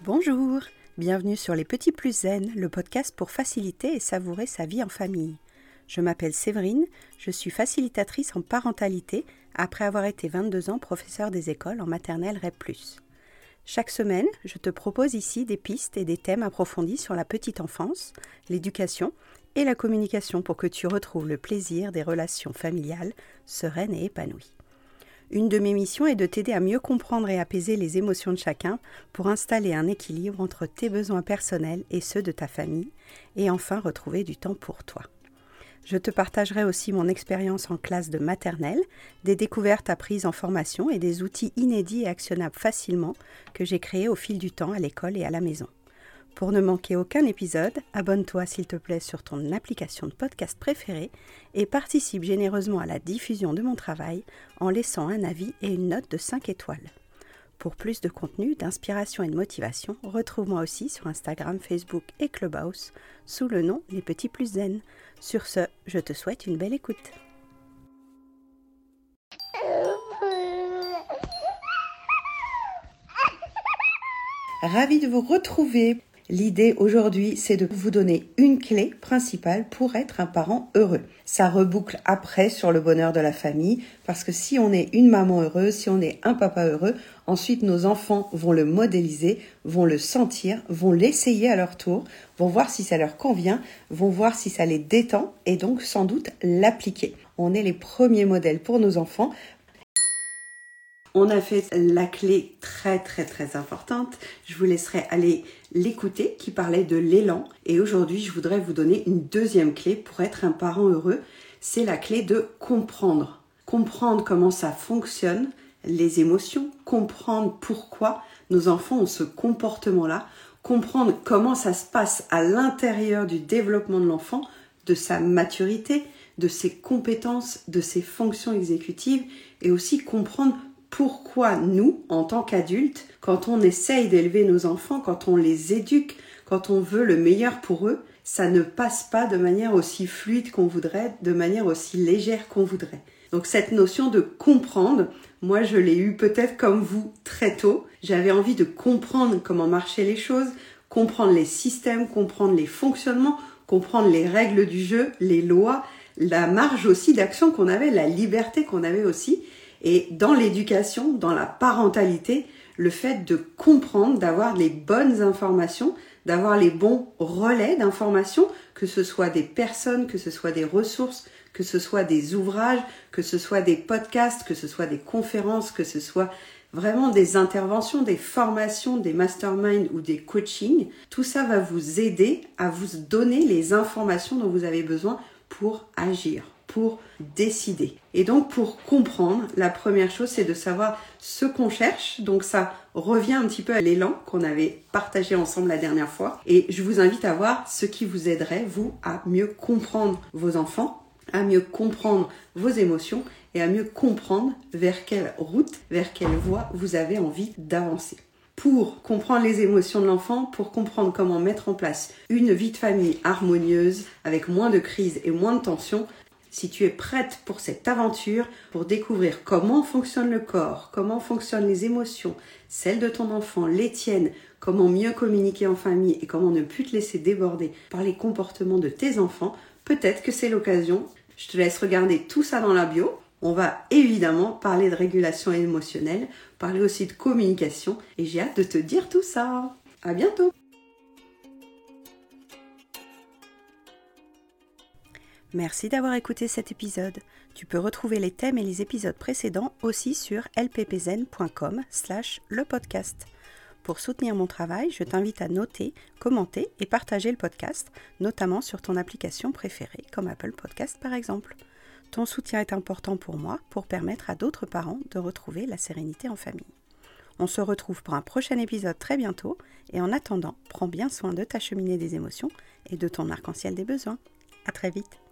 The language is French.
Bonjour, bienvenue sur Les Petits Plus Zen, le podcast pour faciliter et savourer sa vie en famille. Je m'appelle Séverine, je suis facilitatrice en parentalité après avoir été 22 ans professeure des écoles en maternelle REP+. Chaque semaine, je te propose ici des pistes et des thèmes approfondis sur la petite enfance, l'éducation et la communication pour que tu retrouves le plaisir des relations familiales sereines et épanouies. Une de mes missions est de t'aider à mieux comprendre et apaiser les émotions de chacun pour installer un équilibre entre tes besoins personnels et ceux de ta famille et enfin retrouver du temps pour toi. Je te partagerai aussi mon expérience en classe de maternelle, des découvertes apprises en formation et des outils inédits et actionnables facilement que j'ai créés au fil du temps à l'école et à la maison. Pour ne manquer aucun épisode, abonne-toi s'il te plaît sur ton application de podcast préférée et participe généreusement à la diffusion de mon travail en laissant un avis et une note de 5 étoiles. Pour plus de contenu, d'inspiration et de motivation, retrouve-moi aussi sur Instagram, Facebook et Clubhouse sous le nom Les Petits Plus Zen. Sur ce, je te souhaite une belle écoute. Ravie de vous retrouver. L'idée aujourd'hui, c'est de vous donner une clé principale pour être un parent heureux. Ça reboucle après sur le bonheur de la famille, parce que si on est une maman heureuse, si on est un papa heureux, ensuite nos enfants vont le modéliser, vont le sentir, vont l'essayer à leur tour, vont voir si ça leur convient, vont voir si ça les détend et donc sans doute l'appliquer. On est les premiers modèles pour nos enfants. On a fait la clé très importante. Je vous laisserai aller l'écouter qui parlait de l'élan. Et aujourd'hui, je voudrais vous donner une deuxième clé pour être un parent heureux. C'est la clé de comprendre. Comprendre comment ça fonctionne, les émotions, comprendre pourquoi nos enfants ont ce comportement-là, comprendre comment ça se passe à l'intérieur du développement de l'enfant, de sa maturité, de ses compétences, de ses fonctions exécutives et aussi comprendre pourquoi nous, en tant qu'adultes, quand on essaye d'élever nos enfants, quand on les éduque, quand on veut le meilleur pour eux, ça ne passe pas de manière aussi fluide qu'on voudrait, de manière aussi légère qu'on voudrait. Donc cette notion de comprendre, moi je l'ai eu peut-être comme vous très tôt. J'avais envie de comprendre comment marchaient les choses, comprendre les systèmes, comprendre les fonctionnements, comprendre les règles du jeu, les lois, la marge aussi d'action qu'on avait, la liberté qu'on avait aussi. Et dans l'éducation, dans la parentalité, le fait de comprendre, d'avoir les bonnes informations, d'avoir les bons relais d'informations, que ce soit des personnes, que ce soit des ressources, que ce soit des ouvrages, que ce soit des podcasts, que ce soit des conférences, que ce soit vraiment des interventions, des formations, des masterminds ou des coachings, tout ça va vous aider à vous donner les informations dont vous avez besoin pour agir, pour décider. Et donc pour comprendre, la première chose c'est de savoir ce qu'on cherche. Donc ça revient un petit peu à l'élan qu'on avait partagé ensemble la dernière fois. Et je vous invite à voir ce qui vous aiderait, vous, à mieux comprendre vos enfants, à mieux comprendre vos émotions et à mieux comprendre vers quelle route, vers quelle voie vous avez envie d'avancer. Pour comprendre les émotions de l'enfant, pour comprendre comment mettre en place une vie de famille harmonieuse, avec moins de crises et moins de tensions, si tu es prête pour cette aventure, pour découvrir comment fonctionne le corps, comment fonctionnent les émotions, celles de ton enfant, les tiennes, comment mieux communiquer en famille et comment ne plus te laisser déborder par les comportements de tes enfants, peut-être que c'est l'occasion. Je te laisse regarder tout ça dans la bio. On va évidemment parler de régulation émotionnelle, parler aussi de communication et j'ai hâte de te dire tout ça. À bientôt! Merci d'avoir écouté cet épisode. Tu peux retrouver les thèmes et les épisodes précédents aussi sur lppzen.com/lepodcast. Pour soutenir mon travail, je t'invite à noter, commenter et partager le podcast, notamment sur ton application préférée, comme Apple Podcast par exemple. Ton soutien est important pour moi pour permettre à d'autres parents de retrouver la sérénité en famille. On se retrouve pour un prochain épisode très bientôt et en attendant, prends bien soin de ta cheminée des émotions et de ton arc-en-ciel des besoins. À très vite.